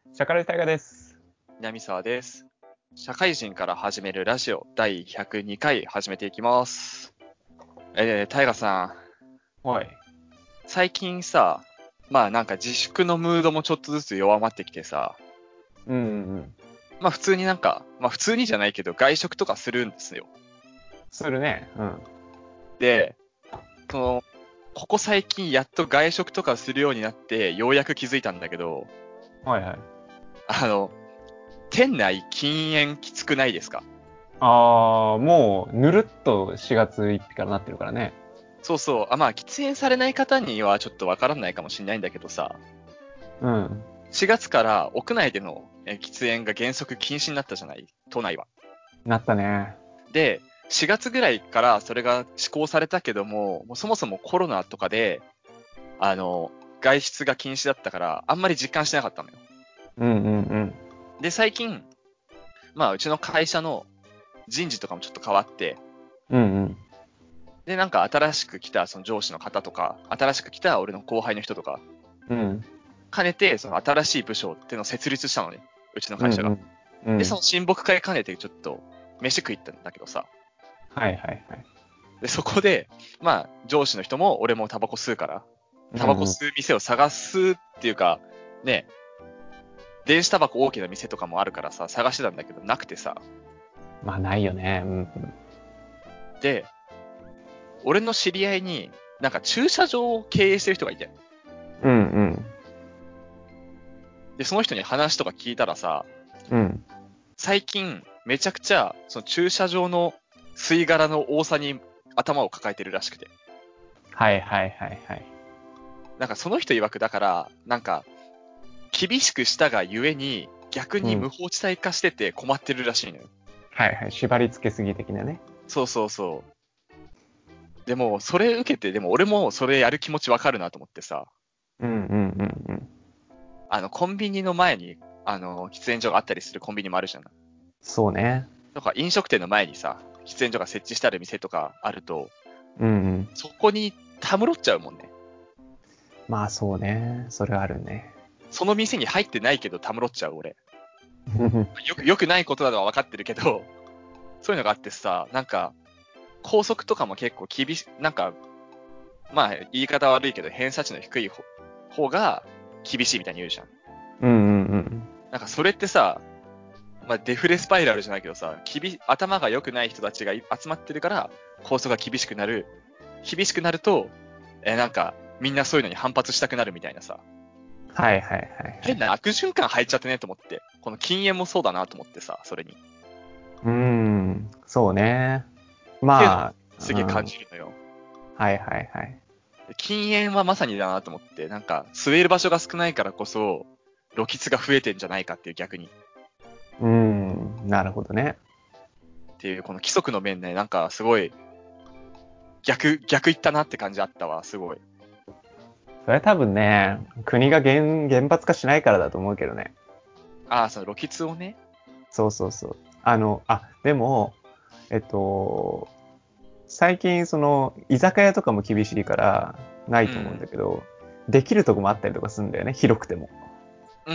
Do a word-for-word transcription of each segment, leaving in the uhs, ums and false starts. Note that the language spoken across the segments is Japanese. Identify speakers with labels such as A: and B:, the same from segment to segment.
A: シャカラジ大河です。
B: 南沢です。社会人から始めるラジオだいひゃくにかい始めていきます。えー、大河さん、
A: はい。
B: 最近さ、まあなんか自粛のムードもちょっとずつ弱まってきてさ、
A: うんうんうん。
B: まあ普通になんか、まあ普通にじゃないけど外食とかするんですよ。
A: するね。うん。
B: で、その、ここ最近やっと外食とかするようになってようやく気づいたんだけど、
A: はいはい。
B: あの、店内禁煙きつくないですか？
A: あー、もう、ぬるっとしがつついたちからなってるからね。
B: そうそう。あ、まあ喫煙されない方にはちょっとわからないかもしれないんだけどさ、
A: うん。
B: しがつから屋内でのえー喫煙が原則禁止になったじゃない、都内は。
A: なったね。
B: で、しがつぐらいからそれが施行されたけども、もうそもそもコロナとかで、あの、外出が禁止だったから、あんまり実感してなかったのよ。
A: うんうんうん。
B: で、最近、まあ、うちの会社の人事とかもちょっと変わって、
A: うんうん。
B: で、なんか新しく来たその上司の方とか、新しく来た俺の後輩の人とか、
A: うん。
B: 兼ねて、その新しい部署っていうのを設立したのね。うちの会社が。
A: うんうん。う
B: で、
A: ん。
B: その親睦会兼ねてちょっと飯食い行ったんだけどさ。
A: はいはいはい。
B: で、そこで、まあ、上司の人も俺もタバコ吸うから、タバコ
A: うんうん。
B: 吸う店を探すっていうか、ね、電子タバコ大きな店とかもあるからさ、探してたんだけど、なくてさ。
A: まあ、ないよね。うんうん。
B: で、俺の知り合いに、なんか駐車場を経営してる人がいて。
A: うんうん。
B: で、その人に話とか聞いたらさ、
A: うん。
B: 最近、めちゃくちゃ、その駐車場の吸い殻の多さに頭を抱えてるらしくて。
A: はいはいはいはい。
B: なんかその人曰くだから、なんか、厳しくしたがゆえに、逆
A: うん。
B: に無法地帯化してて困ってるらしいのよ。
A: はいはい。縛り付けすぎ的なね。
B: そうそうそう。でも、それ受けて、でも俺もそれやる気持ちわかるなと思ってさ、
A: うんうんうんうん。
B: あの、コンビニの前に、あの、喫煙所があったりするコンビニもあるじゃん。
A: そうね。
B: とか、飲食店の前にさ、喫煙所が設置してある店とかあると、
A: うんうん。
B: そこにたむろっちゃうもんね。
A: まあそうね。それはあるね。
B: その店に入ってないけどたむろっちゃう俺。よく、よくないことなのは分かってるけど、そういうのがあってさ、なんか、校則とかも結構厳し、なんか、まあ、言い方悪いけど、偏差値の低い方方が厳しいみたいに言うじゃん。
A: うんうんうん。
B: なんかそれってさ、まあ、デフレスパイラルじゃないけどさ、厳頭が良くない人たちが集まってるから、構想が厳しくなる。厳しくなると、えーなんか、みんなそういうのに反発したくなるみたいなさ、
A: はいはいはいはい。
B: 変な悪循環入っちゃってねと思って、この禁煙もそうだなと思ってさ、それに。っ
A: うーん、そうね。
B: ていうのを
A: まあ、
B: すげえ感
A: うん。
B: じるのよ。
A: はいはいはい。
B: 禁煙はまさにだなと思って、なんか、吸える場所が少ないからこそ、露出が増えてんじゃないかっていう逆に。っ
A: うーん、なるほどね。
B: ていう、この規則の面ね、なんかすごい、逆、逆いったなって感じあったわ、すごい。
A: それは多分ね、国が厳厳罰化しないからだと思うけどね。
B: ああ、その露出をね。
A: そうそうそう。あの、あ、でも、えっと、最近その、居酒屋とかも厳しいからないと思うんだ
B: うん。
A: けど、できるとこもあったりとかするんだよね、広くても。
B: うん。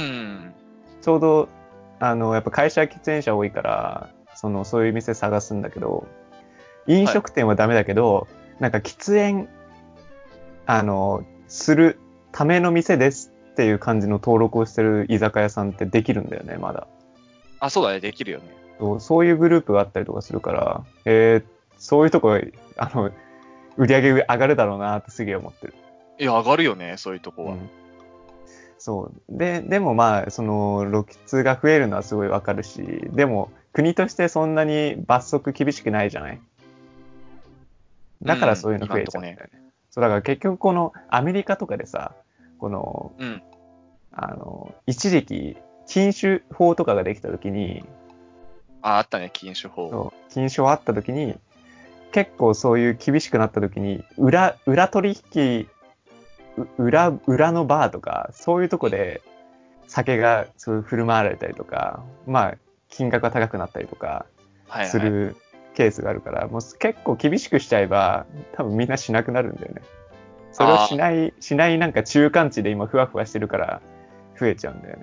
A: ちょうど、あの、やっぱ会社喫煙者多いから、その、そういう店探すんだけど、飲
B: はい。
A: 食店はダメだけど、なんか喫煙、あの、するための店ですっていう感じの登録をしてる居酒屋さんってできるんだよね、まだ。
B: あ、そうだね、できるよね。
A: そうそういうグループがあったりとかするから、えー、そういうとこ、あの、売り上げ上がるだろうなってすげえ思ってる。
B: いや、上がるよね、そういうとこは。
A: うん。そう。で、でもまあ、その、露出が増えるのはすごいわかるし、でも、国としてそんなに罰則厳しくないじゃない。だから
B: うん、
A: そういうの増え
B: 今んとこね。
A: ちゃうんだよね。そう、だから結局このアメリカとかでさ、この、
B: うん。
A: あの、一時期、禁酒法とかができた時に、
B: あ、あったね、禁酒法。
A: そう、禁酒法あった時に、結構そういう厳しくなった時に、裏、裏取引、裏、裏のバーとか、そういうとこで酒がそういう振る舞われたりとか、まあ、金額が高くなったりとか
B: はいはい。
A: するケースがあるから、もう結構厳しくしちゃえば、多分みんなしなくなるんだよね。それを
B: ああ、
A: しない、しないなんか中間値で今ふわふわしてるから増えちゃうんだよね。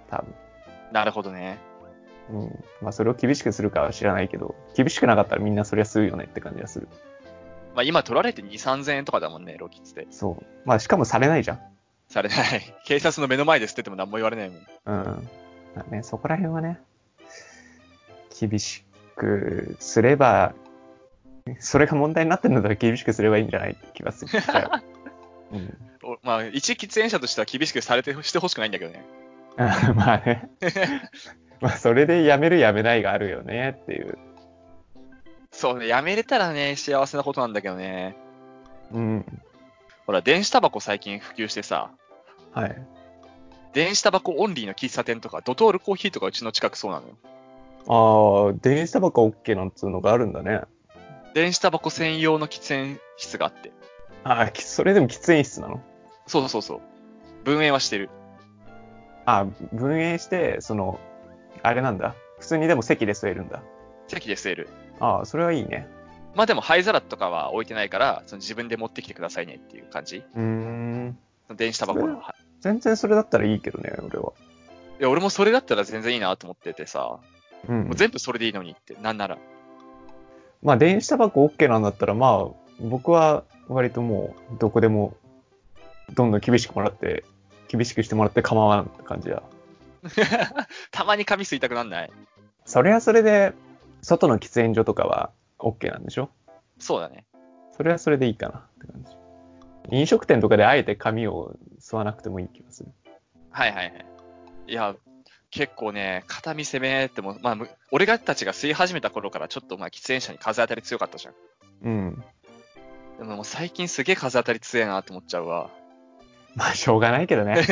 A: 多分。
B: なるほどね。
A: うん。まあそれを厳しくするかは知らないけど、厳しくなかったらみんなそりゃ吸うよねって感じがする。
B: まあ今取られてに、さんぜんえんとかだもんね、ロキッツで。
A: そう。まあしかもされないじゃん。
B: されない。警察の目の前で捨てても何も言われないもん。
A: うん。まあね、そこら辺はね、厳しくすれば、それが問題になってるのだら厳しくすればいいんじゃないって気がする。うん、
B: おまあ、一喫煙者としては厳しくされてしてほしくないんだけどね。
A: まあね。まあそれでやめるやめないがあるよねっていう。
B: そうね、やめれたらね、幸せなことなんだけどね。
A: うん。
B: ほら、電子タバコ最近普及してさ、
A: はい。
B: 電子タバコオンリーの喫茶店とか、ドトールコーヒーとかうちの近くそうなのよ。
A: ああ、電子タバコ OK なんつうのがあるんだね。
B: 電子タバコ専用の喫煙室があって。
A: ああ、きそれでも喫煙室なの？
B: そうそうそう。分煙はしてる。
A: ああ、分煙して、その、あれなんだ。普通にでも席で吸えるんだ。
B: 席で吸える。
A: ああ、それはいいね。
B: まあでも灰皿とかは置いてないから、その自分で持ってきてくださいねっていう感じ。
A: うーん。
B: 電子タバコの。
A: 全然それだったらいいけどね、俺は。
B: いや、俺もそれだったら全然いいなと思っててさ、
A: うん。
B: もう全部それでいいのにって、なんなら。
A: まあ、電子タバコ OK なんだったら、まあ、僕は割ともう、どこでも、どんどん厳しくもらって、厳しくしてもらって構わんって感じだ。
B: たまに髪吸いたくなんない？
A: それはそれで、外の喫煙所とかは OK なんでしょ？
B: そうだね。
A: それはそれでいいかなって感じ。飲食店とかであえて紙を吸わなくてもいい気がする。
B: はいはいはい。いや、結構ね、片身攻めっても、まあ、む俺がたちが吸い始めた頃からちょっとまあ喫煙者に風当たり強かったじゃん。
A: うん。
B: でももう最近すげえ風当たり強いなって思っちゃうわ。
A: まあ、しょうがないけどね。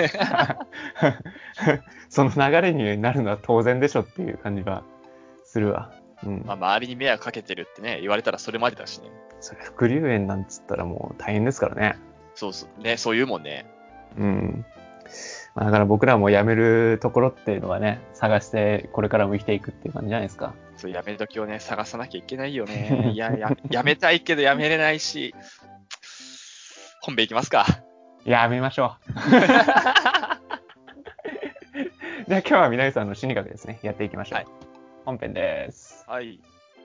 A: その流れになるのは当然でしょっていう感じはするわ。うん。
B: まあ周りに迷惑かけてるってね、言われたらそれまでだしね。
A: それ副流煙なんつったらもう大変ですからね。
B: そうそう。ね、そう言うもんね。
A: うん。まあ、だから僕らも辞めるところっていうのはね、探してこれからも生きていくっていう感じじゃないですか。
B: そう、やめる時をね、探さなきゃいけないよね。いや、や、やめたいけどやめれないし。本編いきますか。
A: やめましょう。じゃあ今日は皆さんの心理学ですね、やっていきましょう。
B: はい。
A: 本編です。
B: はい。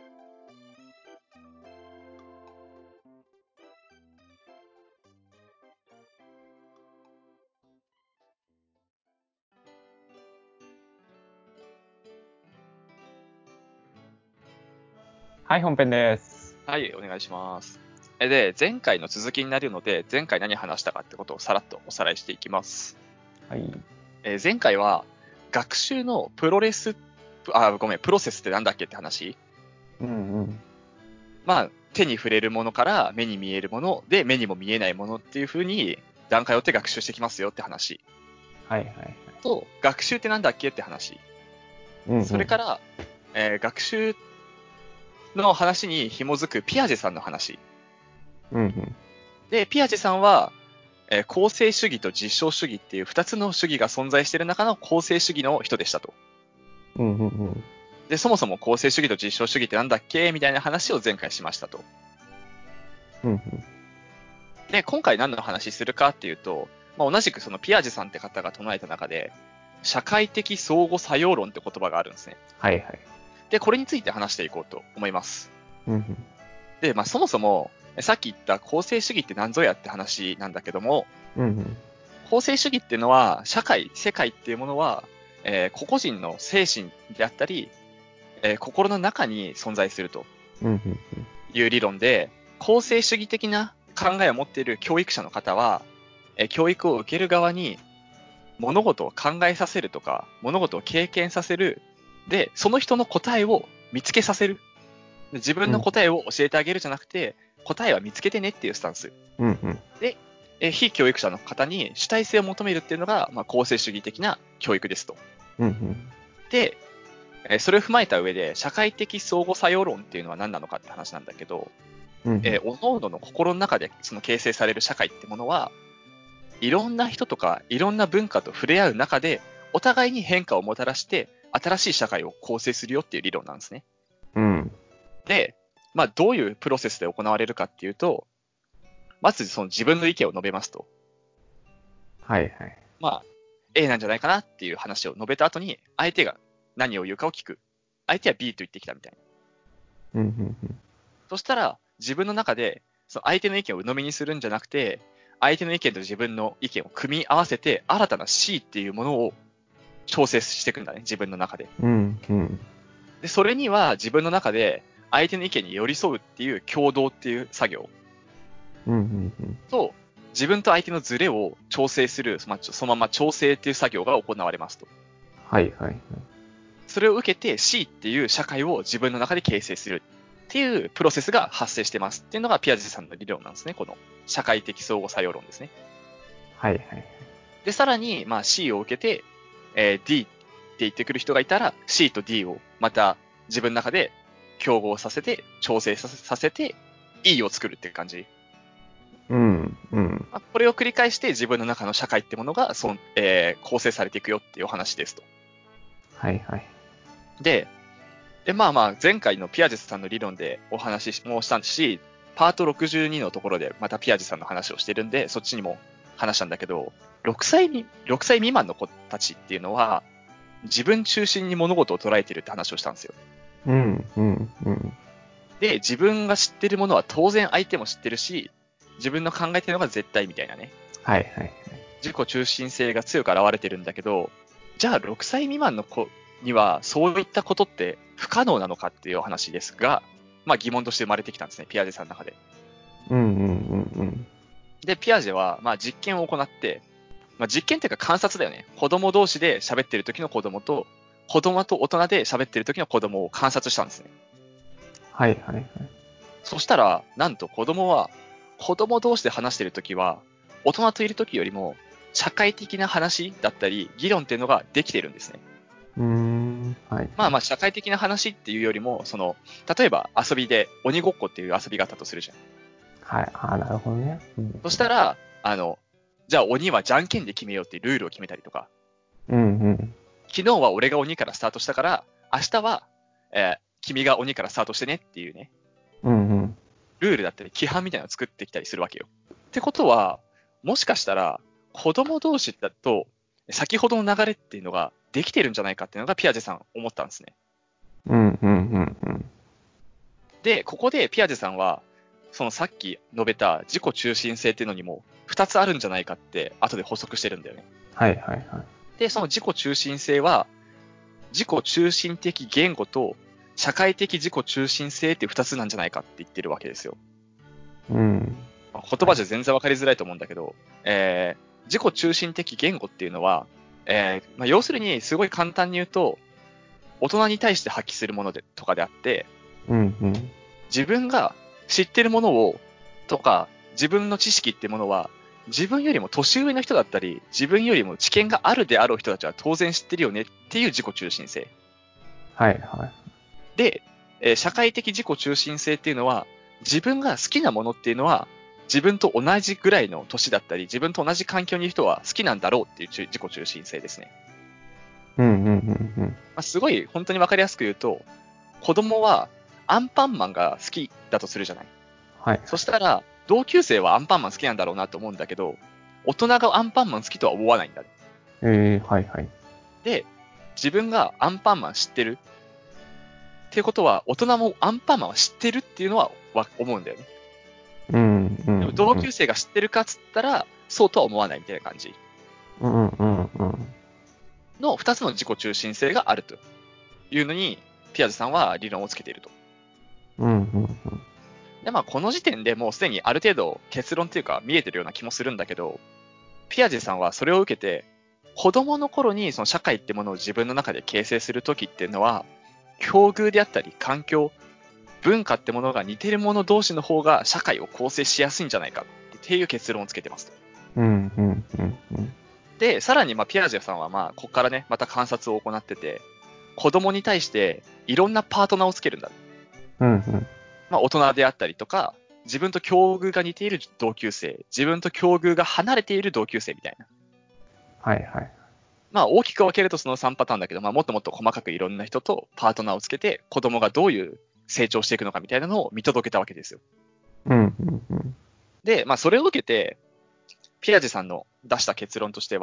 A: はい、本編です。
B: はい、お願いします。えで、前回の続きになるので、前回何話したかってことをさらっとおさらいしていきます。
A: はい。
B: えー前回は、学習のプロレス、あ、ごめん、プロセスってなんだっけって話。
A: うんうん。
B: まあ、手に触れるものから目に見えるもので、目にも見えないものっていう風に段階を追って学習してきますよって話。
A: はいはいはい。
B: と、学習ってなんだっけって話。
A: うんうん、
B: それから、えー学習の話に紐づくピアジェさんの話。
A: うんうん。
B: で、ピアジェさんは、えー構成主義と実証主義っていう二つの主義が存在している中の構成主義の人でしたと。
A: うんうんうん。
B: で、そもそも構成主義と実証主義ってなんだっけみたいな話を前回しましたと。
A: うんうん。
B: で、今回何の話するかっていうと、まあ、同じくそのピアジェさんって方が唱えた中で、社会的相互作用論って言葉があるんですね。
A: はいはい。
B: で、これについて話していこうと思います。
A: うんうん。
B: で、まあ、そもそも、さっき言った構成主義って何ぞやって話なんだけども、
A: うんうん。
B: 構成主義っていうのは、社会、世界っていうものは、えー個々人の精神であったり、えー心の中に存在すると
A: うんうんうん。
B: いう理論で、構成主義的な考えを持っている教育者の方は、えー教育を受ける側に物事を考えさせるとか、物事を経験させる。で、その人の答えを見つけさせる。で自分の答えを教えてあげるじゃなくて、答えは見つけてねっていうスタンス。
A: うんうん。
B: で、えー非教育者の方に主体性を求めるっていうのが、まあ、構成主義的な教育ですと。
A: うんうん。
B: で、えーそれを踏まえた上で、社会的相互作用論っていうのは何なのかって話なんだけど、
A: うんうん。
B: えー、各々の心の中でその形成される社会ってものは、いろんな人とかいろんな文化と触れ合う中で、お互いに変化をもたらして、新しい社会を構成するよっていう理論なんですね。
A: うん。
B: で、まあ、どういうプロセスで行われるかっていうと、まずその自分の意見を述べますと。
A: はいはい。
B: まあ、 A なんじゃないかなっていう話を述べた後に、相手が何を言うかを聞く。相手は B と言ってきたみたいな。
A: うんうんうん。
B: そしたら、自分の中で、その相手の意見を鵜呑みにするんじゃなくて、相手の意見と自分の意見を組み合わせて、新たな C っていうものを調整していくんだね、自分の中で。
A: うんうん
B: で、それには自分の中で、相手の意見に寄り添うっていう共同っていう作業
A: うんうんうん。
B: と、自分と相手のズレを調整する、まあ、そのまま調整っていう作業が行われますと。
A: はいはいはい。
B: それを受けて C っていう社会を自分の中で形成するっていうプロセスが発生してますっていうのがピアジェさんの理論なんですね。この社会的相互作用論ですね。
A: はいはいはい。
B: で、さらに、まあ C を受けて、えー D って言ってくる人がいたら C と D をまた自分の中で競合させて、調整させさせて E を作るっていう感じ。
A: うんうん
B: まあ、これを繰り返して自分の中の社会ってものがそん、えー構成されていくよっていうお話ですと。
A: はいはい。
B: で、で、まあまあ、前回のピアジェスさんの理論でお話しもしたし、パートろくじゅうにのところでまたピアジェさんの話をしてるんで、そっちにも話したんだけど、ろくさいに、ろくさい未満の子たちっていうのは、自分中心に物事を捉えているって話をしたんですよ。
A: うんうんうん。
B: で、自分が知ってるものは当然相手も知ってるし、自分の考えてるのが絶対みたいなね。
A: はいはいはい。
B: 自己中心性が強く現れてるんだけど、じゃあろくさい未満の子にはそういったことって不可能なのかっていうお話ですが、まあ疑問として生まれてきたんですね、ピアジェさんの中で。
A: うんうんうんうん。
B: で、ピアジェはまあ実験を行って、まあ実験っていうか観察だよね。子供同士で喋ってる時の子供と、子供と大人で喋ってる時の子供を観察したんですね。
A: はいはいはい。
B: そしたら、なんと子供は、子供同士で話してる時は、大人といる時よりも、社会的な話だったり、議論っていうのができているんですね。
A: うーん。はい。
B: まあまあ、社会的な話っていうよりも、その、例えば遊びで鬼ごっこっていう遊びがあったとするじゃん。
A: はい。ああ、なるほどね。うん
B: そしたら、あの、じゃあ鬼はじゃんけんで決めようっていうルールを決めたりとか、
A: うんうん。
B: 昨日は俺が鬼からスタートしたから、明日は、えー君が鬼からスタートしてねっていうね、
A: うんうん。
B: ルールだったり規範みたいなのを作ってきたりするわけよ。ってことは、もしかしたら、子供同士だと、先ほどの流れっていうのができてるんじゃないかっていうのがピアジェさん思ったんですね。
A: うんうんうんうん。
B: で、ここでピアジェさんは、そのさっき述べた自己中心性っていうのにもふたつあるんじゃないかって後で補足してるんだよね。
A: はいはいはい。
B: で、その自己中心性は、自己中心的言語と社会的自己中心性っていうふたつなんじゃないかって言ってるわけですよ。
A: うん。
B: 言葉じゃ全然わかりづらいと思うんだけど、えー、自己中心的言語っていうのは、えーまあ、要するにすごい簡単に言うと、大人に対して発揮するものでとかであって、
A: うんうん。
B: 自分が知ってるものを、とか、自分の知識ってものは、自分よりも年上の人だったり、自分よりも知見があるであろう人たちは当然知ってるよねっていう自己中心性。
A: はいはい。
B: で、えー社会的自己中心性っていうのは、自分が好きなものっていうのは、自分と同じぐらいの年だったり、自分と同じ環境にいる人は好きなんだろうっていう自己中心性ですね。
A: うんうんうんうん。
B: まあ、すごい本当にわかりやすく言うと、子供はアンパンマンが好きだとするじゃない。
A: はい。
B: そしたら、同級生はアンパンマン好きなんだろうなと思うんだけど、大人がアンパンマン好きとは思わないんだね。
A: えー、はいはい。
B: で、自分がアンパンマン知ってるっていうことは、大人もアンパンマンは知ってるっていうのはわ思うんだよね。
A: うんうん
B: でも同級生が知ってるかっつったら、そうとは思わないみたいな感じ
A: うんうんうん
B: の二つの自己中心性があるというのに、ピアーズさんは理論をつけていると。
A: うんうん
B: で、まあ、この時点でもうすでにある程度結論っていうか見えてるような気もするんだけど、ピアジェさんはそれを受けて、子供の頃にその社会ってものを自分の中で形成するときっていうのは、境遇であったり環境、文化ってものが似てる者同士の方が社会を構成しやすいんじゃないかっていう結論をつけてますと。
A: うんうんうんうん
B: で、さらにまあピアジェさんはまあここからね、また観察を行ってて、子供に対していろんなパートナーをつけるんだ。
A: うんうん
B: まあ大人であったりとか、自分と境遇が似ている同級生、自分と境遇が離れている同級生みたいな。
A: はいはい。
B: まあ大きく分けるとそのさんパターンだけど、まあもっともっと細かくいろんな人とパートナーをつけて、子供がどういう成長していくのかみたいなのを見届けたわけですよ。
A: うんうんうん
B: で、まあそれを受けて、ピアジェさんの出した結論としては、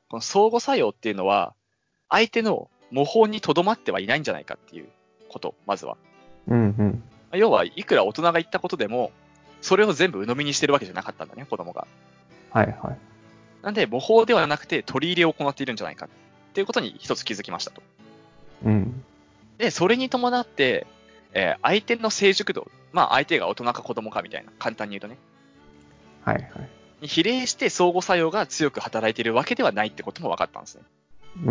B: この相互作用っていうのは、相手の模倣にとどまってはいないんじゃないかっていうこと、まずは。
A: うんうん。
B: 要は、いくら大人が言ったことでも、それを全部鵜呑みにしてるわけじゃなかったんだね、子供が。
A: はいはい。
B: なんで、模倣ではなくて取り入れを行っているんじゃないかっていうことに一つ気づきましたと。
A: うん。
B: で、それに伴って、えー相手の成熟度、まあ相手が大人か子供かみたいな、簡単に言うとね、
A: はいはい。
B: に比例して相互作用が強く働いているわけではないってことも分かったんですね。
A: うん。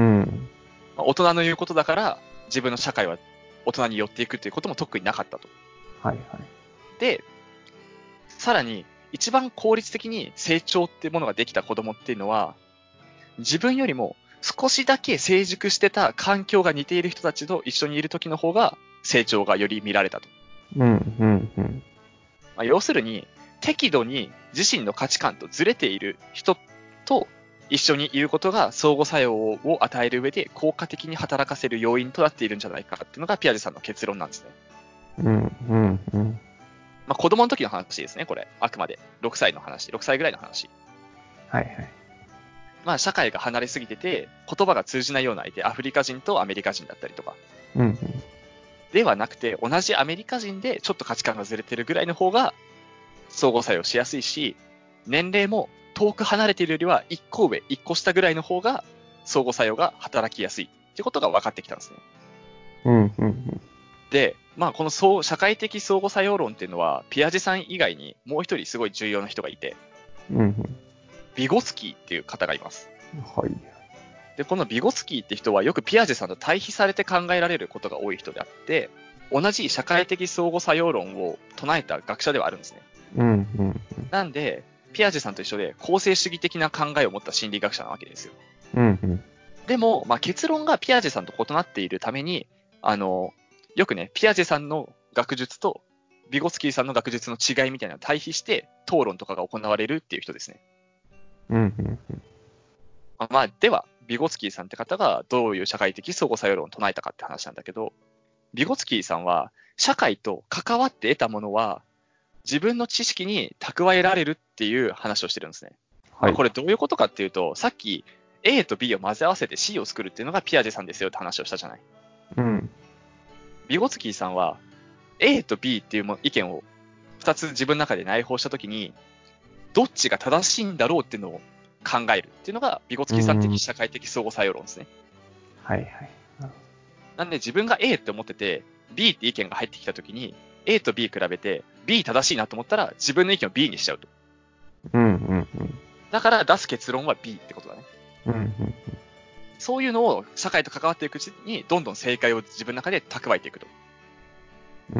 B: まあ大人の言うことだから、自分の社会は大人に寄っていくっていうことも特になかったと。
A: はいはい。
B: で、さらに、一番効率的に成長っていうものができた子供っていうのは、自分よりも少しだけ成熟してた環境が似ている人たちと一緒にいる時の方が成長がより見られたと。
A: うんうんうん。
B: まあ、要するに、適度に自身の価値観とずれている人と一緒にいることが相互作用を与える上で効果的に働かせる要因となっているんじゃないかっていうのがピアジェさんの結論なんですね。
A: うんうんうん。
B: まあ、子供の時の話ですね、これ。あくまで。ろくさいの話。ろくさいぐらいの話。
A: はいはい。
B: まあ、社会が離れすぎてて、言葉が通じないような相手、アフリカ人とアメリカ人だったりとか。
A: うんうん。
B: ではなくて、同じアメリカ人でちょっと価値観がずれてるぐらいの方が相互作用しやすいし、年齢も遠く離れているよりはいっこ上、いっこ下ぐらいの方が相互作用が働きやすいってことが分かってきたんですね。
A: うんうんうん。
B: で、まあこの相社会的相互作用論っていうのは、ピアジェさん以外にもう一人すごい重要な人がいて、
A: うんうん。
B: ビゴツキーっていう方がいます。
A: はい。
B: で、このビゴツキーって人はよくピアジェさんと対比されて考えられることが多い人であって、同じ社会的相互作用論を唱えた学者ではあるんですね。
A: うんうん
B: なんで、ピアジェさんと一緒で構成主義的な考えを持った心理学者なわけですよ。
A: うんうん。
B: でも、まあ、結論がピアジェさんと異なっているために、あの、よくね、ピアジェさんの学術とビゴツキーさんの学術の違いみたいなのを対比して討論とかが行われるっていう人ですね。
A: うんうんうん。
B: まあ、まあ、では、ビゴツキーさんって方がどういう社会的相互作用論を唱えたかって話なんだけど、ビゴツキーさんは、社会と関わって得たものは、自分の知識に蓄えられるっていう話をしてるんですね。まあ、
A: はい。
B: これどういうことかっていうと、さっき A と B を混ぜ合わせて C を作るっていうのがピアジェさんですよって話をしたじゃない。
A: うん。
B: ビゴツキーさんは A と B っていうも意見をふたつ自分の中で内包したときに、どっちが正しいんだろうっていうのを考えるっていうのがビゴツキーさん的社会的相互作用論ですね。
A: はいはい。なる
B: なんで自分が A って思ってて B って意見が入ってきたときに A と B 比べて B 正しいなと思ったら自分の意見を B にしちゃうと。
A: ほど。うんうん
B: だから出す結論は B ってことだね。
A: うん。うんうん
B: そういうのを社会と関わっていくうちにどんどん正解を自分の中で蓄えていくと。
A: うん。うん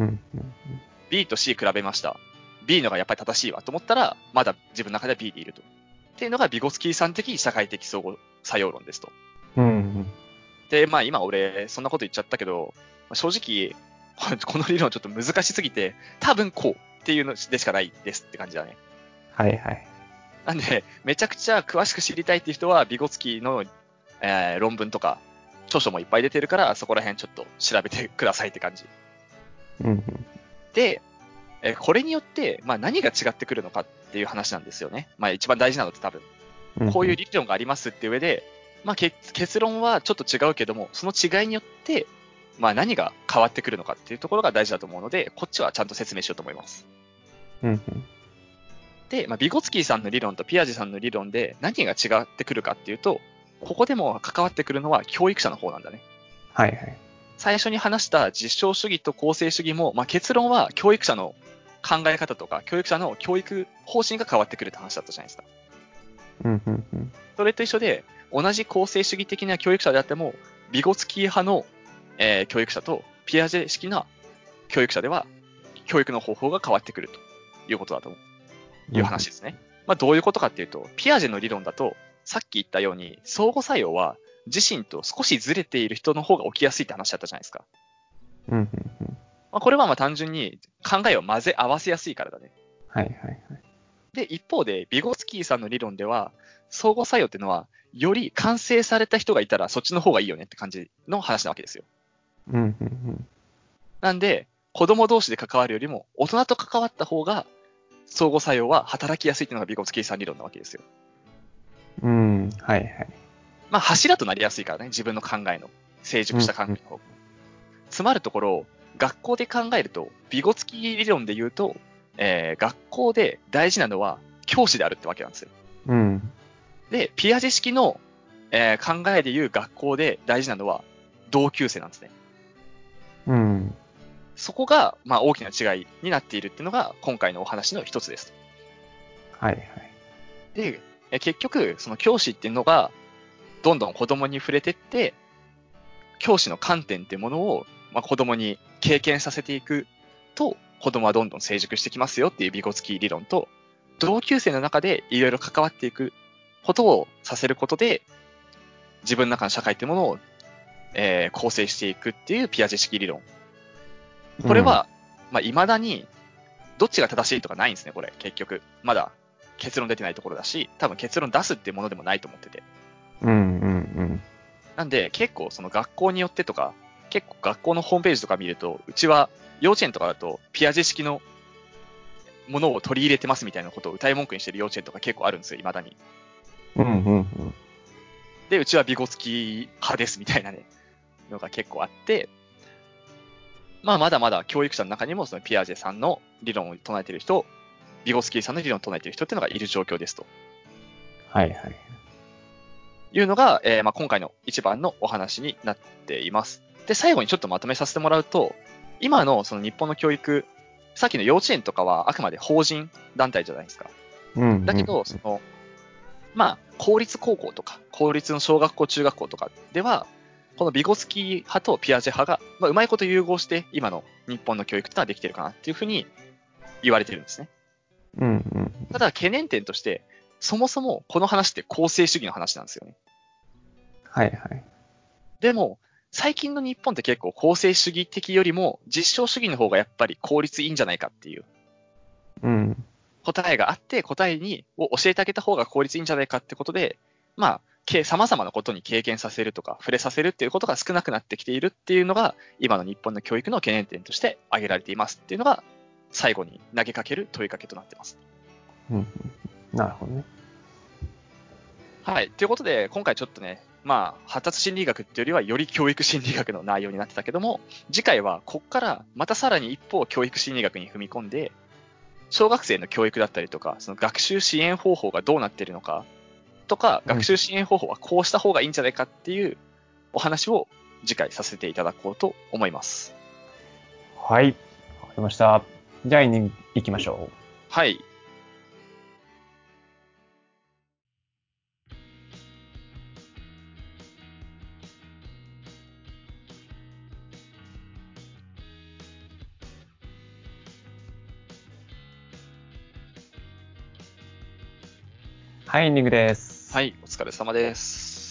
B: B と C 比べました。B のがやっぱり正しいわと思ったら、まだ自分の中では B でいると。っていうのがビゴツキーさん的社会的相互作用論ですと。
A: うんうん。
B: で、まあ今俺、そんなこと言っちゃったけど、正直、この理論ちょっと難しすぎて、多分こうっていうのでしかないですって感じだね。
A: はいはい。
B: なんで、めちゃくちゃ詳しく知りたいっていう人は、ビゴツキーの、えー論文とか、著書もいっぱい出てるから、そこら辺ちょっと調べてくださいって感じ。
A: うんうん。
B: で、えーこれによって、まあ何が違ってくるのかっていう話なんですよね。まあ一番大事なのって多分、
A: うん
B: こういう理論がありますっていう上で、まあ結結論はちょっと違うけども、その違いによって、まあ何が変わってくるのかっていうところが大事だと思うので、こっちはちゃんと説明しようと思います。
A: うんうん。
B: で、まあ、ビゴツキーさんの理論とピアジェさんの理論で何が違ってくるかっていうと、ここでも関わってくるのは教育者の方なんだね。
A: はいはい。
B: 最初に話した実証主義と公正主義も、まあ、結論は教育者の考え方とか、教育者の教育方針が変わってくるって話だったじゃないですか。
A: うんうんうん。
B: それと一緒で、同じ公正主義的な教育者であっても、ビゴツキー派の、えー教育者とピアジェ式な教育者では、教育の方法が変わってくるということだという話ですね。まあ、どういうことかっていうと、ピアジェの理論だと、さっき言ったように、相互作用は自身と少しずれている人の方が起きやすいって話だったじゃないですか。
A: うんうんうん。
B: まあ、これはまあ単純に考えを混ぜ合わせやすいからだね。
A: はいはいはい。
B: で、一方で、ビゴツキーさんの理論では、相互作用っていうのは、より完成された人がいたらそっちの方がいいよねって感じの話なわけですよ。
A: うんうんうん。
B: なんで、子供同士で関わるよりも、大人と関わった方が、相互作用は働きやすいっていうのがビゴツキーさん理論なわけですよ。
A: うん。はいはい。
B: まあ柱となりやすいからね、自分の考えの。成熟した考えの方。つまるところ、学校で考えると、ビゴツキ理論で言うと、えー、学校で大事なのは教師であるってわけなんですよ。
A: うん。
B: で、ピアジェ式の、えー考えで言う学校で大事なのは同級生なんですね。
A: うん。
B: そこが、まあ、大きな違いになっているっていうのが、今回のお話の一つです。
A: はいはい。
B: で、え結局、その教師っていうのが、どんどん子供に触れてって、教師の観点っていうものを、まあ、子供に経験させていくと、子供はどんどん成熟してきますよっていうビゴツキー理論と、同級生の中でいろいろ関わっていくことをさせることで、自分の中の社会っていうものを、えー構成していくっていうピアジェ式理論。これは、まあ、未だに、どっちが正しいとかないんですね、これ、結局。まだ結論出てないところだし、多分結論出すっていうものでもないと思ってて。
A: うんうんうん
B: なんで、結構その学校によってとか、結構学校のホームページとか見ると、うちは幼稚園とかだとピアジェ式のものを取り入れてますみたいなことを歌い文句にしてる幼稚園とか結構あるんですよ、未だに。
A: うんうんうん
B: で、うちはビゴツキ派ですみたいなね、のが結構あって、まあまだまだ教育者の中にもそのピアジェさんの理論を唱えている人、ビゴツキーさんの理論を唱えている人っていうのがいる状況ですと。
A: はいはい。
B: いうのが、えーまあ、今回の一番のお話になっています。で、最後にちょっとまとめさせてもらうと、今のその日本の教育、さっきの幼稚園とかはあくまで法人団体じゃないですか。
A: うんうん
B: だけど、その、まあ、公立高校とか、公立の小学校、中学校とかでは、このビゴツキー派とピアジェ派が、まあ、うまいこと融合して、今の日本の教育ってのはできてるかなっていうふうに言われてるんですね。
A: うんうん
B: ただ、懸念点として、そもそもこの話って公正主義の話なんですよね。
A: はいはい。
B: でも、最近の日本って結構公正主義的よりも実証主義の方がやっぱり効率いいんじゃないかっていう
A: うん
B: 答えがあって、答えにを教えてあげた方が効率いいんじゃないかってことで、まあ、け様々なことに経験させるとか、触れさせるっていうことが少なくなってきているっていうのが、今の日本の教育の懸念点として挙げられていますっていうのが、最後に投げかける問いかけとなっています。
A: うんうん。なるほどね。
B: はい。ということで、今回ちょっとね、まあ、発達心理学っていうよりは、より教育心理学の内容になってたけども、次回は、こっから、またさらに一歩教育心理学に踏み込んで、小学生の教育だったりとか、その学習支援方法がどうなっているのか、とか、
A: うん
B: 学習支援方法はこうした方がいいんじゃないかっていうお話を次回させていただこうと思います。
A: はい。わかりました。じゃあ、エンディング行きましょう。
B: はい。
A: はい、エンディングです。
B: はい、お疲れ様です。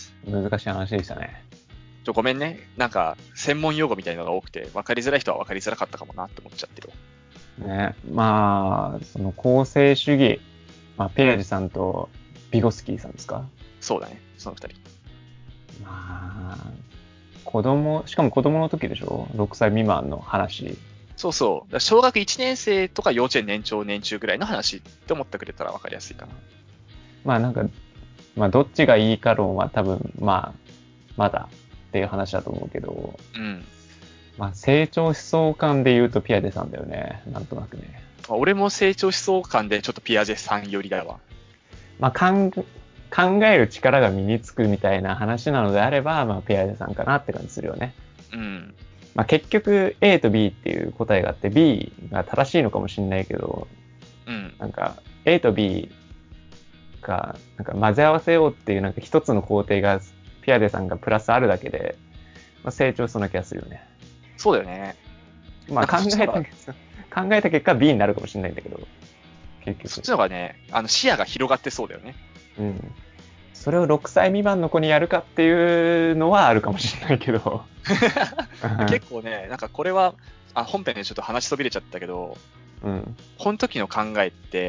A: 難しい話でしたね。
B: ちょ、ごめんね。なんか、専門用語みたいなのが多くて、分かりづらい人は分かりづらかったかもなって思っちゃってる。
A: ね。まあ、その公正主義、まあ、ペアジさんとビゴスキーさんですか。
B: そうだね、その二人。
A: まあ、子供、しかも子供の時でしょ ?ろく 歳未満の話。
B: そうそう。だから小学いちねん生とか幼稚園年長年中ぐらいの話って思ってくれたら分かりやすいかな。
A: まあなんか、まあどっちがいいか論は多分、まあ、まだっていう話だと思うけど、
B: うん。
A: まあ成長思想感で言うとピアデさんだよね。なんとなくね。
B: まあ俺も成長思想感でちょっとピアジェさん寄りだわ。
A: まあかん考える力が身につくみたいな話なのであれば、まあピアデさんかなって感じするよね。
B: うん。
A: まあ結局 A と B っていう答えがあって B が正しいのかもしれないけど、
B: うん。
A: なんか A と B がなんか混ぜ合わせようっていうなんか一つの工程がピアデさんがプラスあるだけで、まあ、成長しそうな気がするよね。
B: そうだよね。
A: まあ考えた考えた結果 B になるかもしれないんだけど、結局。
B: そっちの方がね、あの視野が広がってそうだよね。
A: うん。それをろくさい未満の子にやるかっていうのはあるかもしれないけど。
B: 結構ね、なんかこれは、あ本編でちょっと話しそびれちゃったけど、
A: うん。
B: この時の考えって、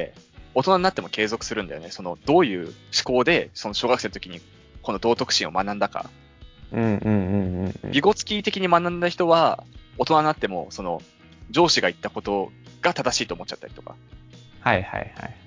B: 大人になっても継続するんだよね。その、どういう思考で、その小学生の時に、この道徳心を学んだか。
A: うんうんうんうん。
B: ビゴツキー的に学んだ人は、大人になっても、その、上司が言ったことが正しいと思っちゃったりとか。
A: はいはいはい。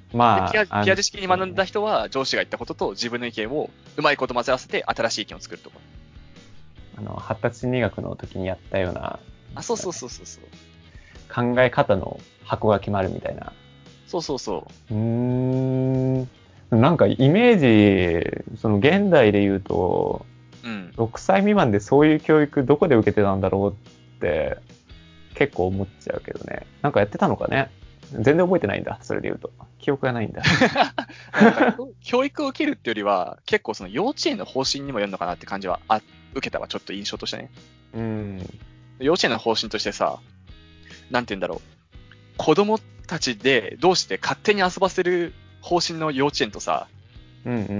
A: まあ、
B: ピア
A: あ
B: ピアジェ式に学んだ人は上司が言ったことと自分の意見をうまいこと混ぜ合わせて新しい意見を作るとか。
A: あの発達心理学の時にやったような、
B: あ、そうそうそうそうそう。
A: 考え方の箱が決まるみたいな。
B: そうそうそう。
A: うーん。なんかイメージ、その現代で言うと、
B: うん。
A: ろくさい未満でそういう教育どこで受けてたんだろうって結構思っちゃうけどね。なんかやってたのかね。全然覚えてないんだ。それで言うと。記憶がないんだ。
B: なんか教育を受けるってよりは、結構その幼稚園の方針にもよるのかなって感じは、あ、受けたわ、ちょっと印象としてね。
A: うん。
B: 幼稚園の方針としてさ、なんて言うんだろう。子供たちで同士で勝手に遊ばせる方針の幼稚園とさ、
A: うんうんうん。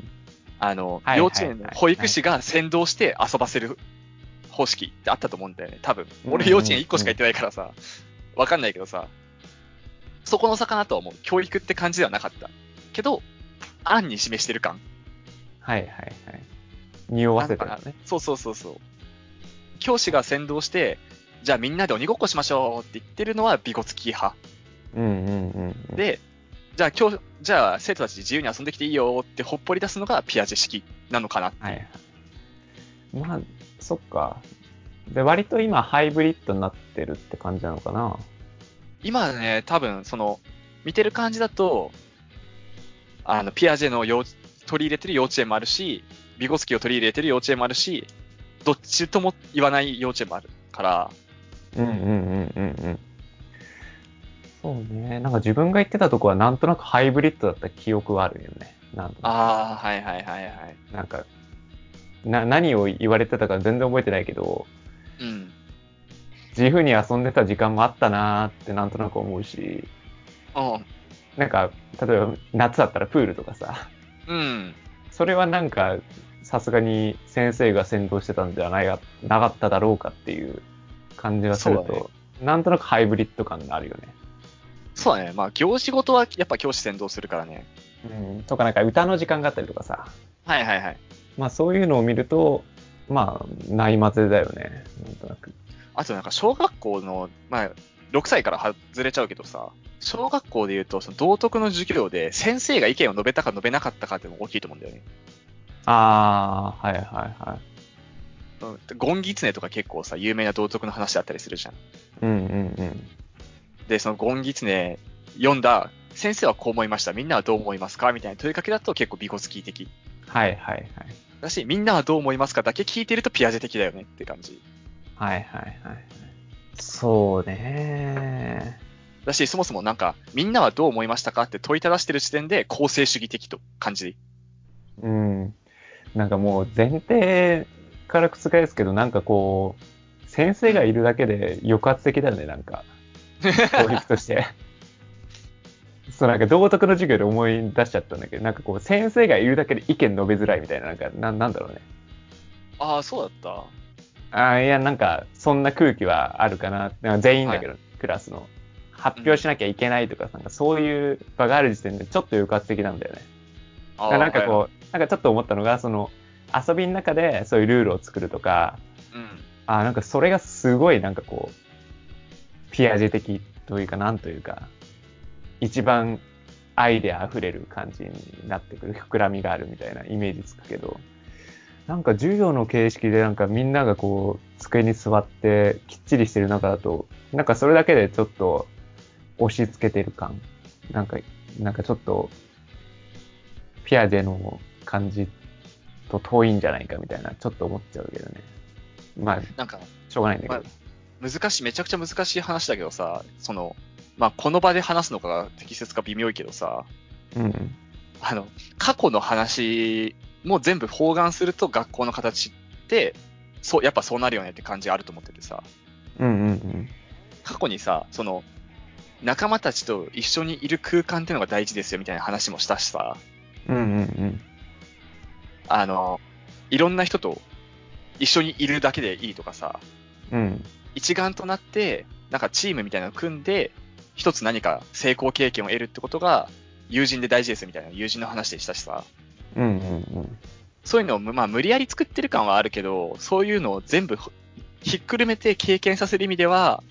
B: あの、
A: はい
B: 幼
A: はいはい。
B: 稚園の保育士が先導して遊ばせる方式ってあったと思うんだよね、多分。俺幼稚園いっこしか行ってないからさ、わかんないけどさ、そこの差かなとは思う。教育って感じではなかった。けど、案に示してる感。
A: はいはいはい。匂わ
B: なのかな。
A: せてるのね。
B: そうそうそうそう。教師が先導して、じゃあみんなで鬼ごっこしましょうって言ってるのはビゴツキー派。
A: うんうんうんうん。
B: で、じゃあ今日、じゃあ生徒たち自由に遊んできていいよってほっぽり出すのがピアジェ式なのかなっていう。
A: はいはい。まあ、そっか。で、割と今ハイブリッドになってるって感じなのかな。
B: 今ね、多分その、見てる感じだと、あの、ピアジェの幼取り入れてる幼稚園もあるし、ビゴツキを取り入れてる幼稚園もあるし、どっちとも言わない幼稚園もあるから。
A: うんうんうんうんうん。そうね。なんか自分が言ってたとこはなんとなくハイブリッドだった記憶はあるよね。なんとなく。
B: ああ、はいはいはいはい。
A: なんか、な、何を言われてたか全然覚えてないけど、
B: うん。
A: 自由に遊んでた時間もあったなーってなんとなく思うし、
B: うん。
A: なんか、例えば夏だったらプールとかさ、
B: うん。
A: それはなんか、さすがに先生が先導してたんじゃないが、なかっただろうかっていう感じがする
B: そうだね。
A: と、なんとなくハイブリッド感があるよね。
B: そうだね。まあ、行事ごとはやっぱ教師先導するからね。
A: うん。とかなんか歌の時間があったりとかさ、
B: はいはいはい。
A: まあそういうのを見ると、まあ、ないまぜだよね。なんとなく。
B: あとなんか小学校の、まあ、ろくさいから外れちゃうけどさ、小学校で言うと、その道徳の授業で先生が意見を述べたか述べなかったかっていうのが大きいと思うんだよね。
A: ああ、はいはいはい。
B: うん。ゴンギツネとか結構さ、有名な道徳の話だったりするじゃん。
A: うんうんうん。
B: で、そのゴンギツネ読んだ、先生はこう思いました。みんなはどう思いますかみたいな問いかけだと結構ビコツキー的。
A: はいはいはい。
B: だし、みんなはどう思いますかだけ聞いてるとピアジェ的だよねって感じ。
A: はいはいはい。そうね。
B: だし、そもそもなんか、みんなはどう思いましたかって問いただしてる時点で公正主義的と感じ。
A: うん。なんかもう前提から覆すけど、なんかこう、先生がいるだけで抑圧的だよね、なんか。教育として。そうなんか道徳の授業で思い出しちゃったんだけど、なんかこう、先生がいるだけで意見述べづらいみたいな、なんか、ななんだろうね。
B: ああ、そうだっ
A: ああ、いや、なんか、そんな空気はあるかな。なんか全員
B: た。はい。
A: だけど、クラスの。発表しなきゃいけないとか、なんかそういう場がある時点でちょっと抑圧的なんだよね。
B: ああ、
A: なんか
B: はいはい。
A: こう、なんかちょっと思ったのが、その、遊びの中でそういうルールを作るとか、
B: うん。
A: あなんかそれがすごいなんかこう、ピアジェ的というか、なんというか、一番アイデア溢れる感じになってくる、膨らみがあるみたいなイメージつくけど、なんか授業の形式でなんかみんながこう、机に座ってきっちりしてる中だと、なんかそれだけでちょっと押し付けてる感。なんか、なんかちょっと、ピアジェの感じと遠いんじゃないかみたいな、ちょっと思っちゃうけどね。まあ、
B: なんか、
A: しょうがないんだけ
B: まあ、
A: ど。
B: 難しい、めちゃくちゃ難しい話だけどさ、その、まあ、この場で話すのが適切か微妙いけどさ、
A: うん。
B: あの、過去の話も全部包含すると学校の形って、そう、やっぱそうなるよねって感じあると思っててさ、
A: うんうんうん。
B: 過去にさ、その、仲間たちと一緒にいる空間っていうのが大事ですよみたいな話もしたしさ、
A: うんうんうん。
B: あの、いろんな人と一緒にいるだけでいいとかさ、
A: うん。
B: 一丸となって、なんかチームみたいなのを組んで、一つ何か成功経験を得るってことが、友人で大事ですみたいな友人の話でしたしさ、
A: うんうんうん。
B: そういうのを、まあ無理やり作ってる感はあるけど、そういうのを全部ひっくるめて経験させる意味では、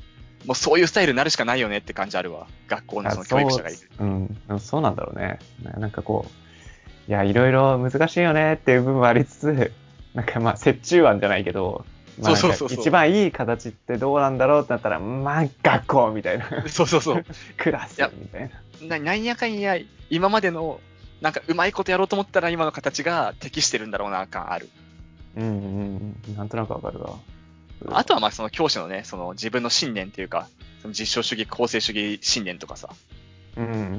B: もうそういうスタイルになるしかないよねって感じあるわ。学校のその教育者がいる。
A: うん、そうなんだろうね。なんかこう、いや、いろいろ難しいよねっていう部分はありつつ、なんかまあ、折衷案じゃないけど、まあ、なんか一番いい形ってどうなんだろうってなったら、まあ、学校みたいな。
B: そうそうそう。
A: クラスみたい
B: な。なんやかんや、今までの、なんかうまいことやろうと思ったら今の形が適してるんだろうな感ある。
A: うんうん、なんとなくわかるわ。
B: あとはまあその教師のね、その自分の信念っていうか、その実証主義、公正主義信念とかさ、
A: うん。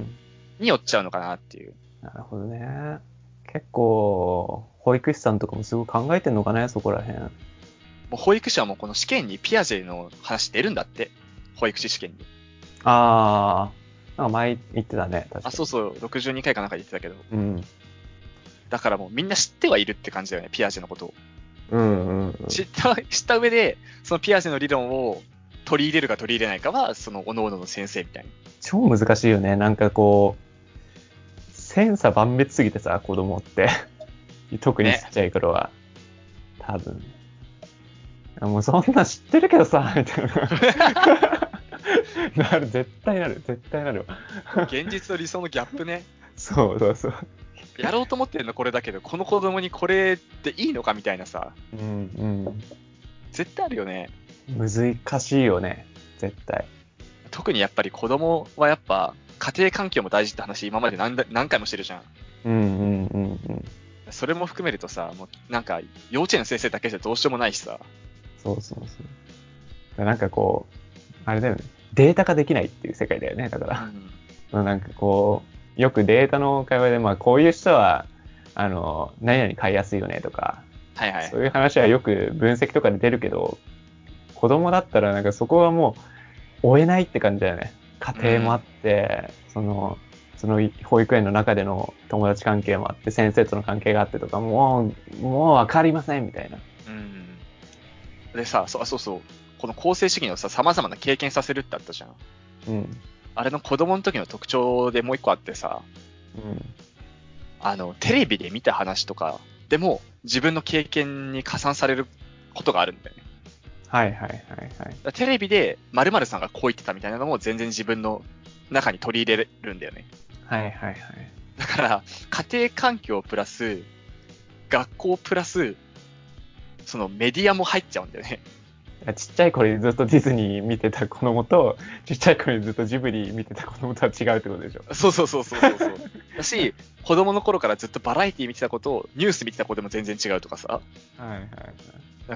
B: によっちゃうのかなっていう。
A: なるほどね。結構、保育士さんとかもすごい考えてんのかね、そこら辺。
B: もう保育士はもうこの試験にピアジェの話出るんだって。保育士試験に。
A: ああ、なんか前言ってたね、確かに。
B: あ、そうそう、ろくじゅうにかいかなんか言ってたけど。
A: うん。
B: だからもうみんな知ってはいるって感じだよね、ピアジェのことを。
A: うんうんうん。
B: 知った、知った上で、そのピアジェの理論を取り入れるか取り入れないかは、その各々の先生みたいな。
A: 超難しいよね。なんかこう、千差万別すぎてさ、子供って。特にちっちゃい頃は。ね、多分。もうそんな知ってるけどさ、みたいな。なる、絶対なる、絶対なる
B: わ。現実と理想のギャップね。
A: そうそうそう。
B: やろうと思ってるのこれだけど、この子供にこれっていいのかみたいなさ。
A: うんうん。
B: 絶対あるよね。
A: 難しいよね、絶対。
B: 特にやっぱり子供はやっぱ家庭環境も大事って話今まで何だ何回もしてるじゃん。
A: うんうんうんうん。
B: それも含めるとさ、もうなんか幼稚園の先生だけじゃどうしようもないしさ。
A: そうそうそう。なんかこう、あれだよね。データ化できないっていう世界だよね、だから。うん、なんかこう、よくデータの会話で、まあこういう人は、あの、何々買いやすいよねとか、
B: はいはい。
A: そういう話はよく分析とかで出るけど、子供だったらなんかそこはもう追えないって感じだよね。家庭もあって、うん、その、その保育園の中での友達関係もあって、先生との関係があってとか、もう、もうわかりませんみたいな。
B: うん。でさ、そうそうそう。この公正主義のさ、様々な経験させるってあったじゃん。
A: うん。
B: あれの子供の時の特徴でもう一個あってさ、
A: うん。
B: あの、テレビで見た話とかでも自分の経験に加算されることがあるんだよね。
A: はいはいはいはい。
B: テレビで〇〇さんがこう言ってたみたいなのも全然自分の中に取り入れるんだよね。
A: はいはいはい。
B: だから、家庭環境プラス、学校プラス、そのメディアも入っちゃうんだよね。
A: ちっちゃい頃にずっとディズニー見てた子供と、ちっちゃい頃にずっとジブリ見てた子供とは違うってことでしょ。
B: そうそうそうそうそうそう。だし、子供の頃からずっとバラエティ見てた子と、ニュース見てた子でも全然違うとかさ。
A: はいはいはい。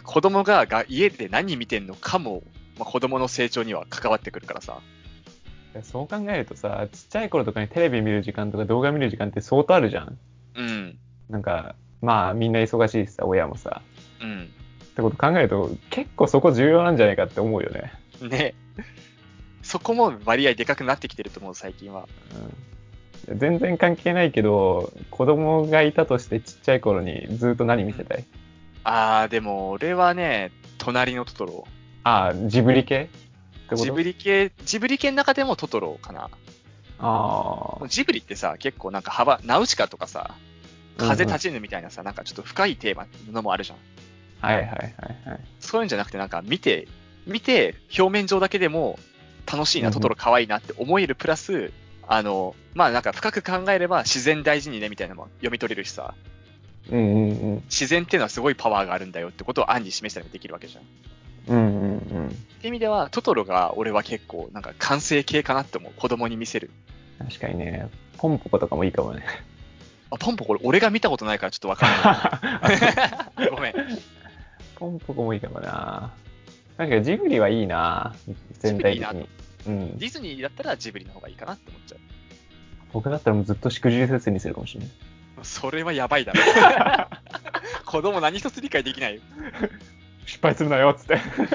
B: 子供がが家で何見てんのかも、まあ、子供の成長には関わってくるからさ。
A: そう考えるとさ、ちっちゃい頃とかにテレビ見る時間とか動画見る時間って相当あるじゃん。
B: うん。
A: なんか、まあみんな忙しいしさ、親もさ。
B: うん。
A: ってこと考えると、結構そこ重要なんじゃないかって思うよね。
B: ね。そこも割合でかくなってきてると思う、最近は。
A: うん、全然関係ないけど、子供がいたとしてちっちゃい頃にずっと何見せたい、うん、
B: あー、でも俺はね、隣のトトロ。
A: あー、ジブリ系
B: ジブリ系、ジブリ系の中でもトトロかな。
A: ああ。
B: ジブリってさ、結構なんか幅、ナウシカとかさ、風立ちぬみたいなさ、うんうん、なんかちょっと深いテーマのもあるじゃん。
A: はいはいはいはい。
B: そういうんじゃなくてなんか見て、見て、表面上だけでも楽しいな、うんうん、トトロ可愛いなって思えるプラス、あの、まあなんか深く考えれば自然大事にねみたいなのも読み取れるしさ。
A: うんうんうん。
B: 自然っていうのはすごいパワーがあるんだよってことを暗に示したりもできるわけじゃん。
A: うんうんうん。
B: って意味では、トトロが俺は結構なんか完成形かなって思う。子供に見せる。
A: 確かにね。ポンポコとかもいいかもね。
B: あ、ポンポコ、俺が見たことないからちょっとわかんない。ごめん。
A: ポンポコもいいかもな。確かにジブリはいいな。全体的に。
B: うん、ディズニーだったらジブリの方がいいかなって思っちゃう。
A: 僕だったらもうずっとしくじり説にするかもしれない。
B: それはやばいだろ。子供何一つ理解できないよ。
A: 失敗するなよっつって。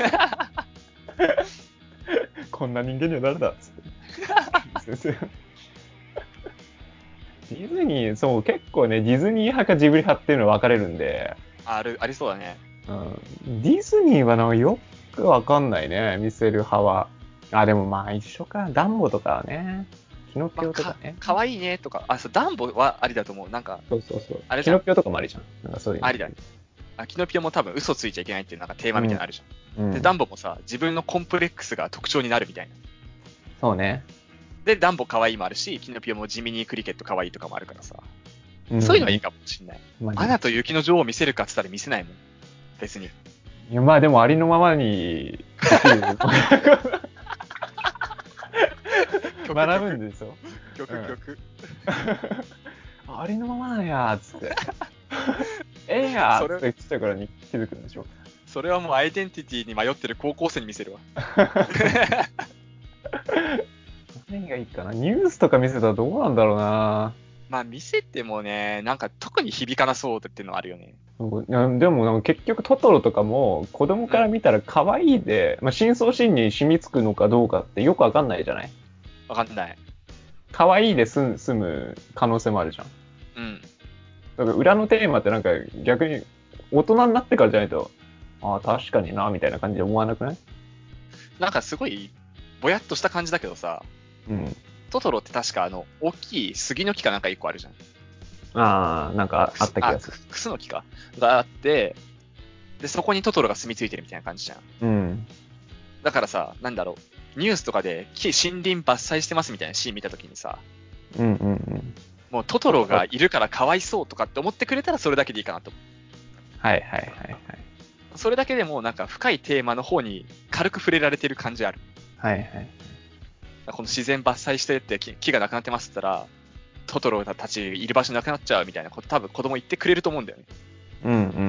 A: こんな人間には誰だっつって。ディズニー、そう、結構ね、ディズニー派かジブリ派っていうのは分かれるんで。
B: ある、ありそうだね。
A: うん。ディズニーはなんかよく分かんないね、見せる派は。あ、でもまあ一緒か。ダンボとかはね。キノピオとかね。
B: まあ、か, かわいいねとか。あ、そう、ダンボはありだと思う。なんか。
A: そうそうそう。あれキノピオとかもありじゃん。なんかそういう。
B: ありだね。 あキノピオも多分嘘ついちゃいけないっていうなんかテーマみたいなのあるじゃん。
A: うん、
B: で、ダンボもさ、自分のコンプレックスが特徴になるみたいな。
A: そうね。
B: で、ダンボ可愛いもあるし、キノピオも地味にクリケット可愛いとかもあるからさ。
A: うん、
B: そういうのはいいかもしんない。
A: まあ、
B: アナと雪の女王を見せるかって言ったら見せないもん。別に。
A: いやまあでもありのままにできる学ぶんですよ。
B: 曲曲。
A: うん、ありのままなんやーっつって。ええやーって言ってたからに気づくんでしょ。
B: それはもうアイデンティティに迷ってる高校生に見せるわ。
A: 何がいいかな。ニュースとか見せたらどうなんだろうな。
B: まあ見せてもね、なんか特に響かなそうっていうのはあるよね。
A: いやでもなんか結局トトロとかも子供から見たら可愛いで、うん、まあ、深層心理に染みつくのかどうかってよくわかんないじゃない。
B: わかんない。
A: 可愛いで済済む可能性もあるじゃん。
B: うん。
A: だから裏のテーマってなんか逆に大人になってからじゃないと、ああ確かになみたいな感じで思わなくない？
B: なんかすごいぼやっとした感じだけどさ、
A: うん。
B: トトロって確かあの大きい杉の木かなんか一個あるじゃん。
A: ああ、なんかあった気がする。
B: クスの木かがあって、で、そこにトトロが住み着いてるみたいな感じじゃん。
A: うん。
B: だからさ、なんだろう、ニュースとかで木、森林伐採してますみたいなシーン見たときにさ、
A: うんうんうん。
B: もうトトロがいるからかわいそうとかって思ってくれたらそれだけでいいかなと思う。
A: はいはいはいはい。
B: それだけでもなんか深いテーマの方に軽く触れられてる感じある。
A: はいはい。
B: この自然伐採してって木木がなくなってますって言ったら、トトロたちいる場所なくなっちゃうみたいなこと多分子供言ってくれると思うんだよね。
A: うんうんうんうん。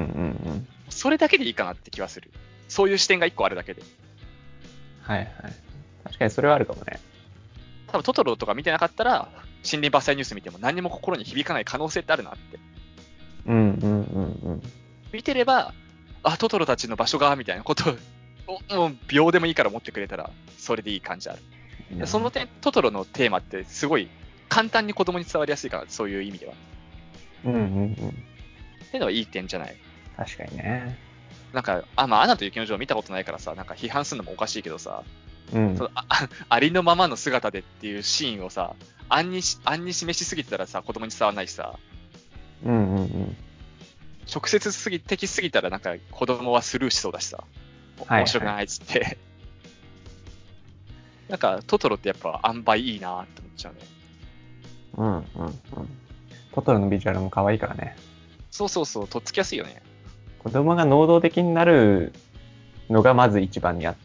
B: それだけでいいかなって気はする。そういう視点が一個あるだけで。
A: はいはい。確かにそれはあるかもね。
B: 多分トトロとか見てなかったら、森林伐採ニュース見ても何にも心に響かない可能性ってあるなって。
A: うんうんうんうん。
B: 見てれば、あ、トトロたちの場所が、みたいなことを、もう秒でもいいから持ってくれたら、それでいい感じある。その点、トトロのテーマってすごい簡単に子供に伝わりやすいから、そういう意味では。
A: うんうんうん。
B: っていうのはいい点じゃない。
A: 確かにね。
B: なんか、あ、まあ、アナと雪の女王見たことないからさ、なんか批判するのもおかしいけどさ、
A: うん。
B: そのあありのままの姿でっていうシーンをさ、暗にし、暗に示しすぎてたらさ、子供に伝わらないしさ、
A: うんうんうん。
B: 直接すぎ、的すぎたらなんか子供はスルーしそうだしさ、
A: はい、
B: 面白くないっつって。なんか、トトロってやっぱ塩梅いいなって思っちゃうね。
A: うんうんうん。トトロのビジュアルも可愛いからね。
B: そうそうそう、とっつきやすいよね。
A: 子供が能動的になるのがまず一番にあって、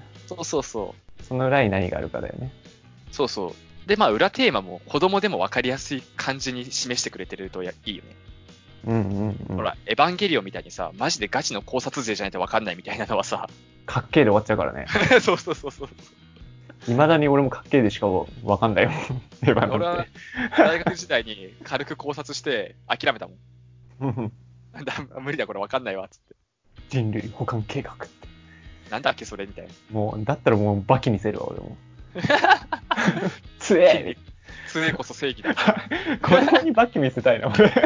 B: そうそうそう。
A: その裏に何があるかだよね。
B: そうそう。で、まあ、裏テーマも子供でも分かりやすい感じに示してくれてるとやいいよね。
A: うんうんうん。
B: ほら、エヴァンゲリオンみたいにさ、マジでガチの考察勢じゃないと分かんないみたいなのはさ、
A: かっけえで終わっちゃうからね。
B: そうそうそうそう。
A: いまだに俺もかっけえでしかわかんないもん。エヴァなんて。
B: 俺は大学時代に軽く考察して諦めたもん。だ無理だこれ分かんないわっつって。
A: 人類保管計画って。
B: なんだっけそれみたいな。
A: もう、だったらもうバキにせるわ、俺も。つえ
B: つえこそ正義だ。
A: 子供にバキ見せたいな、俺。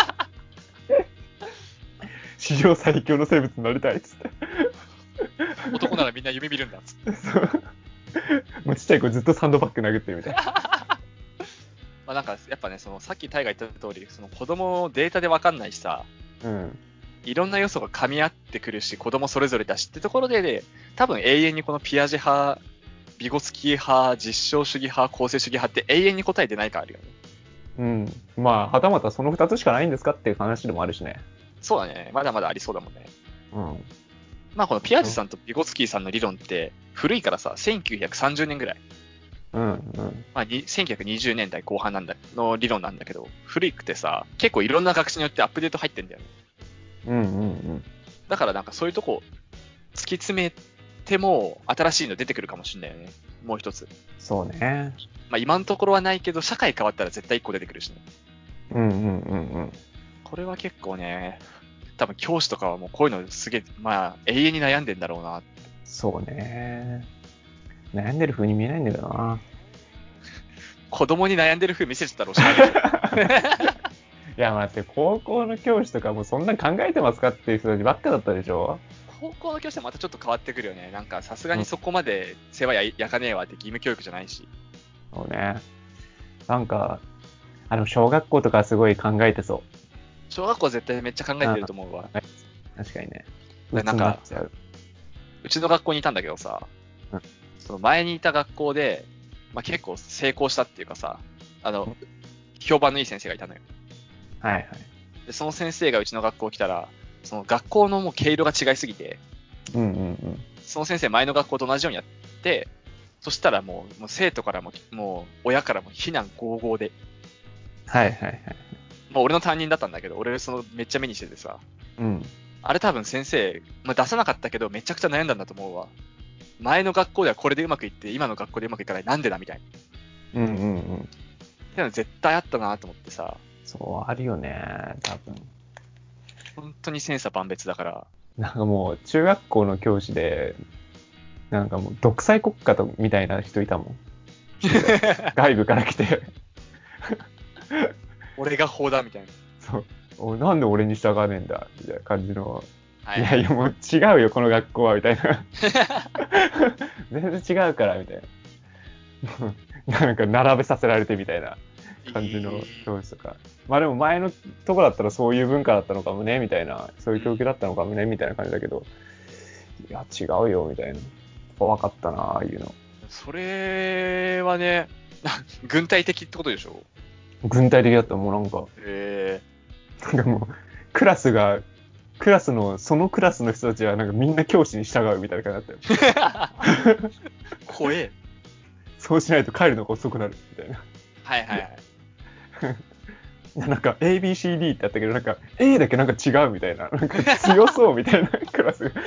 A: 史上最強の生物になりたいっつって。
B: 男ならみんな夢見るんだっつって。
A: そう。もうちっちゃい子ずっとサンドバッグ殴ってるみたいな。
B: まあなんかやっぱね、そのさっきタイが言った通り、その子供データで分かんないしさ、
A: うん。
B: いろんな要素が噛み合ってくるし、子供それぞれだしってところで、ね、多分永遠にこのピアジェ派、ビゴツキー派、実証主義派、構成主義派って永遠に答えてないからあるよね。
A: うん。まあ、はたまたその二つしかないんですかっていう話でもあるしね。
B: そうだね。まだまだありそうだもんね。
A: うん。
B: まあこのピアジェさんとビゴツキーさんの理論って古いからさ、せんきゅうひゃくさんじゅうねんぐらい。
A: うんうん。
B: まあ、せんきゅうひゃくにじゅうねんだいこう半なんだの理論なんだけど、古くてさ、結構いろんな学習によってアップデート入ってんだよね。
A: うんうんうん。
B: だからなんかそういうとこ突き詰めても新しいの出てくるかもしれないよね。もう一つ。
A: そうね。
B: まあ今のところはないけど、社会変わったら絶対一個出てくるしね。
A: うんうんうんうん。
B: これは結構ね、多分教師とかはもうこういうのすげえ、まあ永遠に悩んでんだろうな。
A: そうね。悩んでる風に見えないんだよな。
B: 子供に悩んでる風見せちゃったらおしまいでしょ。
A: いや、待って、高校の教師とかもそんな考えてますかっていう人たちばっかだったでしょ。
B: 高校の教師はまたちょっと変わってくるよね。なんかさすがにそこまで世話や焼かねえわって義務教育じゃないし。
A: そうね。なんか、あの、小学校とかすごい考えてそう。
B: 小学校は絶対めっちゃ考えてると思うわ。
A: 確かにね。
B: でなんか
A: 鬱になっちゃう。
B: うちの学校にいたんだけどさ、
A: うん、
B: その前にいた学校で、まあ、結構成功したっていうかさ、あの、評判のいい先生がいたのよ。
A: はいはい。
B: で、その先生がうちの学校来たら、その学校のもう毛色が違いすぎて、
A: うんうんうん。
B: その先生前の学校と同じようにやって、そしたらもう、もう生徒からも、もう親からも非難合々で、
A: はいはいはい。
B: まあ俺の担任だったんだけど、俺そのめっちゃ目にしててさ、
A: うん。
B: あれ多分先生、まあ、出さなかったけどめちゃくちゃ悩んだんだと思うわ。前の学校ではこれでうまくいって、今の学校でうまくいかない。なんでだみたいな。
A: うんうんうん。
B: っていうの絶対あったなと思ってさ、
A: そう、あるよね、多分。
B: 本当に千差万別だから。
A: なんかもう、中学校の教師で、なんかもう、独裁国家とみたいな人いたもん。外部から来て。
B: 俺が法だみたいな。
A: そう。おなんで俺に従わねえんだみたいな感じの。
B: はいはい、
A: いやいや、もう違うよ、この学校は、みたいな。全然違うから、みたいな。なんか並べさせられてみたいな感じの教師とか。まあでも前のとこだったらそういう文化だったのかもね、みたいな。そういう教育だったのかもね、みたいな感じだけど。いや、違うよ、みたいな。分かったな、ああいうの。
B: それはね、軍隊的ってことでしょ？
A: 軍隊的だったらもうなんか、
B: へ
A: なんかもう、クラスが、クラスの、そのクラスの人たちはなんかみんな教師に従うみたいな感じだったよ。
B: 怖え。
A: そうしないと帰るのが遅くなるみたいな。
B: はいはいはい。
A: なんか エービーシーディー ってあったけど、なんか A だけなんか違うみたいな。なんか強そうみたいなクラスが。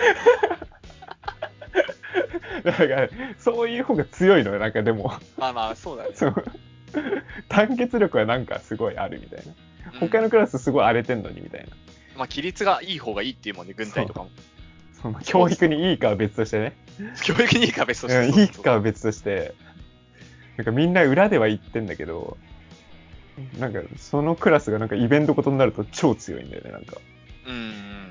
A: だからそういう方が強いのよ、なんかでも。
B: まあまあ、そうだね。
A: そう。団結力はなんかすごいあるみたいな。
B: うん、
A: 他のクラスすごい荒れてんのにみたいな。
B: まあ、規律がいい方がいいっていうもんね、軍隊とかも。
A: その教育にいいかは別としてね。
B: 教育にいいかは別として。
A: うん、いいかは別として。なんかみんな裏では言ってんだけど、なんかそのクラスがなんかイベントごとになると超強いんだよね、なんか。
B: うんうん。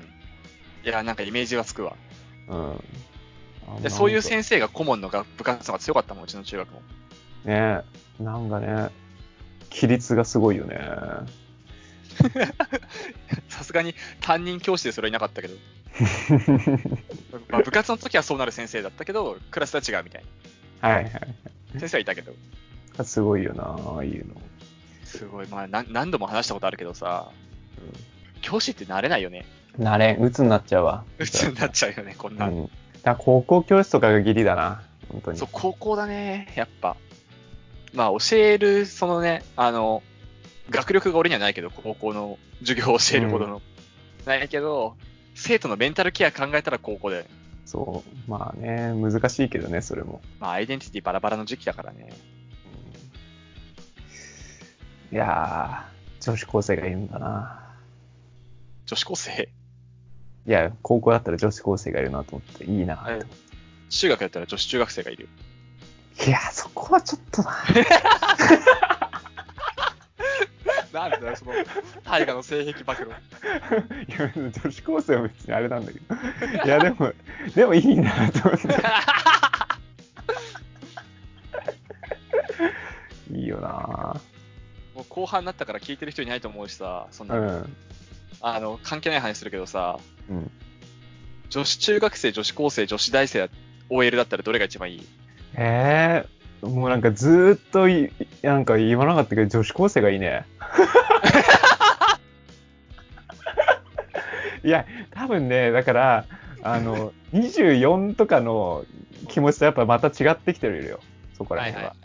B: いや、なんかイメージがつくわ。
A: うん。
B: でそういう
A: 生
B: 先生が顧問のが部活が強かったもん、うちの中学も。
A: ねえ、なんかね、規律がすごいよね。
B: さすがに担任教師でそれはいなかったけど。まあ部活の時はそうなる先生だったけど、クラスは違うみたい
A: はいはい。
B: な。先生はいたけど。
A: すごいよな、ああいうの。
B: すごい。まあ何何度も話したことあるけどさ、教師ってなれないよね。
A: なれん、鬱になっちゃうわ。
B: 鬱になっちゃうよね、こんな。
A: うん。だ高校教師とかがギリだな、本当に。
B: そう、高校だね、やっぱ。まあ教える、そのね、あの、学力が俺にはないけど、高校の授業を教えるほどの。うん、ないけど、生徒のメンタルケア考えたら高校だよね。
A: そう。まあね、難しいけどね、それも。
B: まあアイデンティティバラバラの時期だからね。
A: いやー、女子高生がいるんだな。
B: 女子高生
A: いや、高校だったら女子高生がいるなと思って、いいなって。
B: 中学だったら女子中学生がいるよ。
A: いや、そこはちょっとな。
B: なんだよ、その、大河の性癖暴露。い
A: や、女子高生は別にあれなんだけど。いや、でも、でもいいなと思って。いいよな。
B: もう後半になったから聞いてる人いないと思うしさ、そんな、
A: うん、
B: あの、関係ない話するけどさ、
A: うん、
B: 女子中学生、女子高生、女子大生、オーエル だったらどれが一番いい？
A: えー、もうなんかずーっとい、なんか言わなかったけど、女子高生がいいね。いや、多分ね、だから、あの、にじゅうよんとかの気持ちとやっぱまた違ってきてるよ、そこら辺は。はいはい、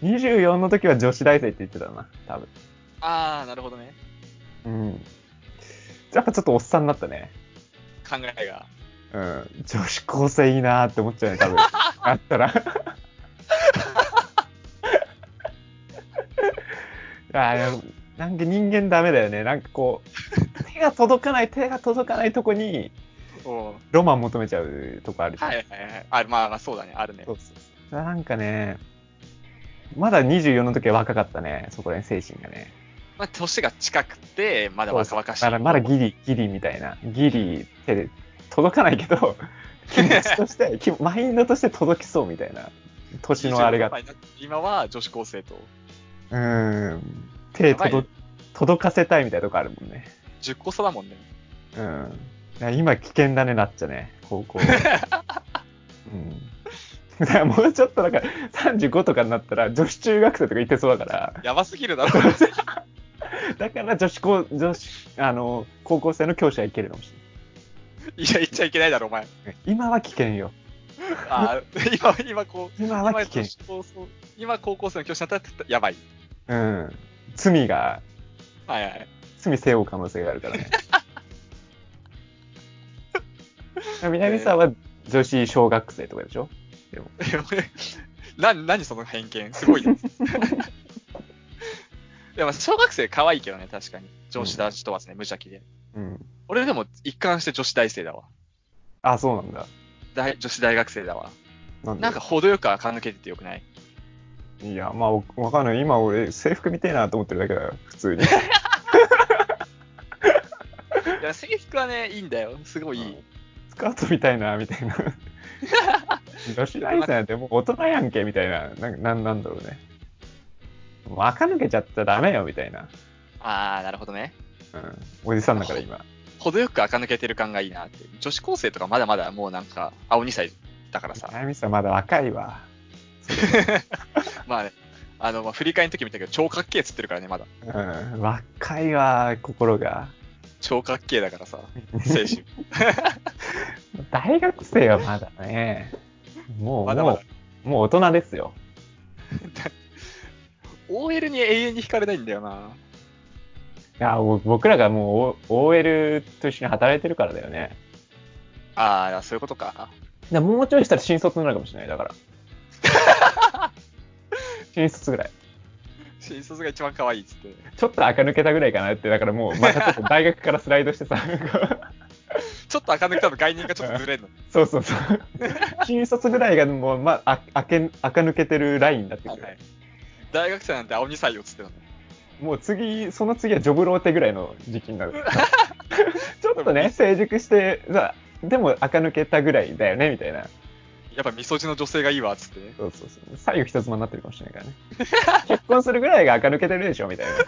A: にじゅうよんの時は女子大生って言ってたな、多分。
B: あー、なるほどね。
A: うん。やっぱちょっとおっさんになったね。
B: 考えが。
A: うん。女子高生いいなーって思っちゃうね、多分。あったら。あなんか人間ダメだよね。なんかこう、手が届かない、手が届かないとこに、ロマン求めちゃうとこある。
B: はいはいはい。ある、まあまあそうだね、あるね。
A: そうそうそう。なんかね、まだにじゅうよんの時は若かったね、そこら辺精神がね。
B: まあ年が近くて、まだ若々しい。
A: まだまだギリ、ギリみたいな。ギリ手で届かないけど、気持ちとして、マインドとして届きそうみたいな。年のあれが。
B: 今は女子高生と。
A: うーん。手届、届かせたいみたいなとこあるもんね。
B: じゅっこ差だもんね。
A: うん。いや今危険だね、なっちゃね、高校。うん。だからもうちょっとなんかさんじゅうごとかになったら女子中学生とか言ってそうだから。
B: やばすぎるだろ。
A: だから女子高、女子、あの、高校生の教師はいけるかもしれない。
B: いや、言っちゃいけないだろ、お前。
A: 今は危険よ。
B: あ今、今こう、
A: 今は危険。
B: 今、今高校生の教師だったらやばい。
A: うん。罪が、
B: はいはい。
A: 罪背負う可能性があるからね。南さんは女子小学生とかでしょでも。
B: な、何その偏見すごいね。でも小学生可愛いけどね、確かに。女子男子問わずね、無邪気で。
A: うん。
B: 俺でも一貫して女子大生だわ。
A: あ、そうなんだ。
B: 大女子大学生だわ。
A: なんで
B: なんか程よく垢抜けててよくない？
A: いや、まあ、わかんない。今俺、制服見てえなと思ってるだけだよ、普通に。い
B: や、制服はね、いいんだよ。すごいいい。
A: スカートみたいな、みたいな。女子大生なんてもう大人やんけ、みたいな。な、なんなんだろうね。もう垢抜けちゃったらダメよ、みたいな。
B: あー、なるほどね。
A: うん。おじさんだから今。
B: 程よく垢抜けてる感がいいなって。女子高生とかまだまだもうなんか、青にさいだからさ。
A: あやみさんまだ若いわ。
B: まあね、あの、まあ、振り返りの時見たけど、超かっけえっつってるからね、まだ。
A: うん。若いわ、心が。
B: 超かっけえだからさ、青春。
A: 大学生はまだね。もう、
B: まだまだ
A: もう、もう大人ですよ。
B: オーエル に永遠に惹かれないんだよな。
A: いや、僕らがもう オーエル と一緒に働いてるからだよね。
B: ああ、そういうことか。
A: じゃもうちょいしたら新卒になるかもしれない、だから。新卒ぐらい。
B: 新卒が一番可愛いっつって。
A: ちょっと垢抜けたぐらいかなって、だからもう、またちょっと大学からスライドしてさ。
B: ちょっと垢抜けたの概念がちょっとずれんの。
A: そうそうそう。新卒ぐらいがもう、まあ、あけ垢抜けてるラインになってくる。
B: はいはい、大学生なんて青にさいよっつってたの。
A: もう次、その次はジョブローテぐらいの時期になる。ちょっとね、成熟して、さ、でも垢抜けたぐらいだよね、みたいな。
B: やっぱみそじの女性がいいわっつってね。
A: そうそうそう。左右一つ間になってるかもしれないからね。結婚するぐらいが垢抜けてるでしょ、みたいな。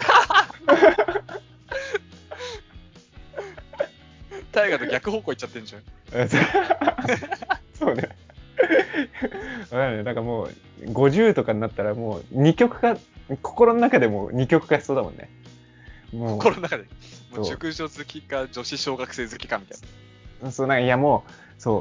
B: 大河と逆方向行っちゃってんじゃん。
A: そうね。わかんない。なんかもう、ごじゅうとかになったらもう、二極化、心の中でも二極化しそうだもんね。
B: もう心の中で。もう熟女好きか、女子小学生好きかみたい
A: な。そう、なんか、いやもう、そう、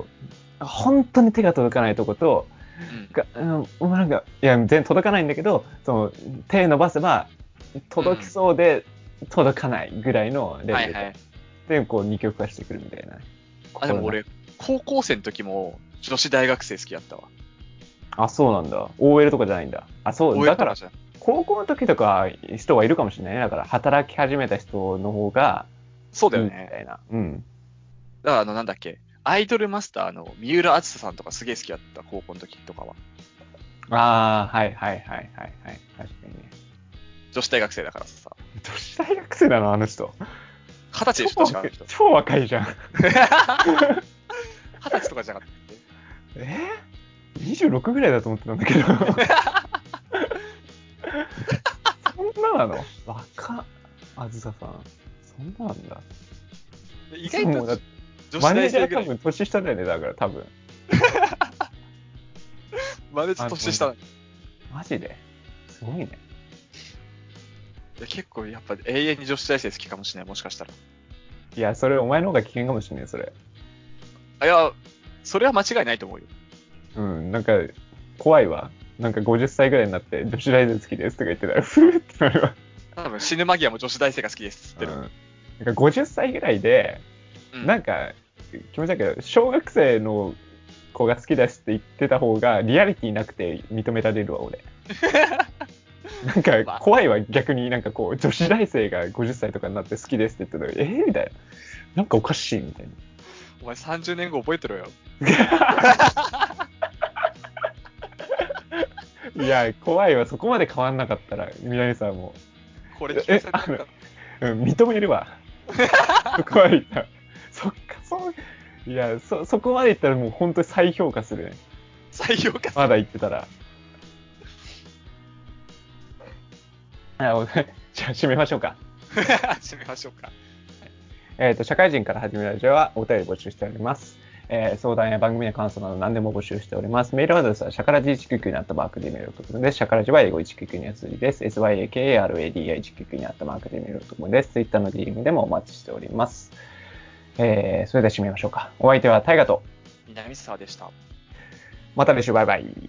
A: 本当に手が届かないとこと、うん、もうなんか、いや、全然届かないんだけど、その、手伸ばせば、届きそうで、届かないぐらいのレベルで。はいはい、で、こう、二極化してくるみたいな。
B: あ、でも俺、高校生の時も、女子大学生好きだったわ。
A: あ、そうなんだ。オーエル とかじゃないんだ。あ、そう、だから、高校の時とか人はいるかもしれないね。だから、働き始めた人の方が、
B: そうだよね。
A: みたいな。うん。
B: だから、あの、なんだっけ、アイドルマスターの三浦淳さんとかすげえ好きだった、高校の時とかは。
A: ああ、はいはいはいはいはい。確かにね。
B: 女子大学生だからさ。
A: 女子大学生なのあの人。
B: 二十歳でしょ、確かあの人。
A: 超若いじゃん。
B: 二十歳とかじゃなかったっけ？
A: えー、にじゅうろくぐらいだと思ってたんだけど。そんななの？若っ。あずささん。そんななんだ。
B: 意外と女子大生ぐらい。
A: マネージャー多分年下だよね、だから多分。
B: マネージャー年下だ。
A: マジで？すごいね。
B: いや結構やっぱ永遠に女子大生好きかもしれない、もしかしたら。
A: いや、それお前の方が危険かもしれない、それ。
B: いや、それは間違いないと思うよ。
A: うん、なんか、怖いわ。なんかごじゅっさいぐらいになって、女子大生好きですとか言ってたら、ふーってなるわ。
B: 多分死ぬ間際も女子大生が好きですって言ってる。
A: うん、なんかごじゅっさいぐらいで、うん、なんか、気持ち悪いけど、小学生の子が好きですって言ってた方が、リアリティなくて認められるわ、俺。なんか、怖いわ、逆になんかこう、女子大生がごじゅっさいとかになって好きですって言ってたら、えーみたいな。なんかおかしいみたいな。
B: お前さんじゅうねんご覚えてろよ。
A: いや、怖いわ。そこまで変わんなかったら、南さんも。
B: これ聞かせたか
A: うん、認めるわ。そこまで言ったら。そっか、そう。いや、そ、そこまで言ったらもう本当に再評価するね。
B: 再評価する。
A: まだ言ってたら。あ、じゃあ、締めましょうか。
B: 締めましょうか。
A: えっ、と、社会人から始めるラジオはお便り募集しております。えー相談や番組の感想など何でも募集しております。メールアドレスはシャカラジいちきゅうきゅうにアットマークでメールドットコムです。シャカラジは英語いちきゅうきゅうには数字です。エスワイエーケーエーアールエーディーアイいちきゅうきゅうにアットマークでメールドットコムです。ツイッターの ディーエム でもお待ちしております。えーそれでは締めましょうか。お相手はタイガと、
B: 南沢でした。
A: また来週バイバイ。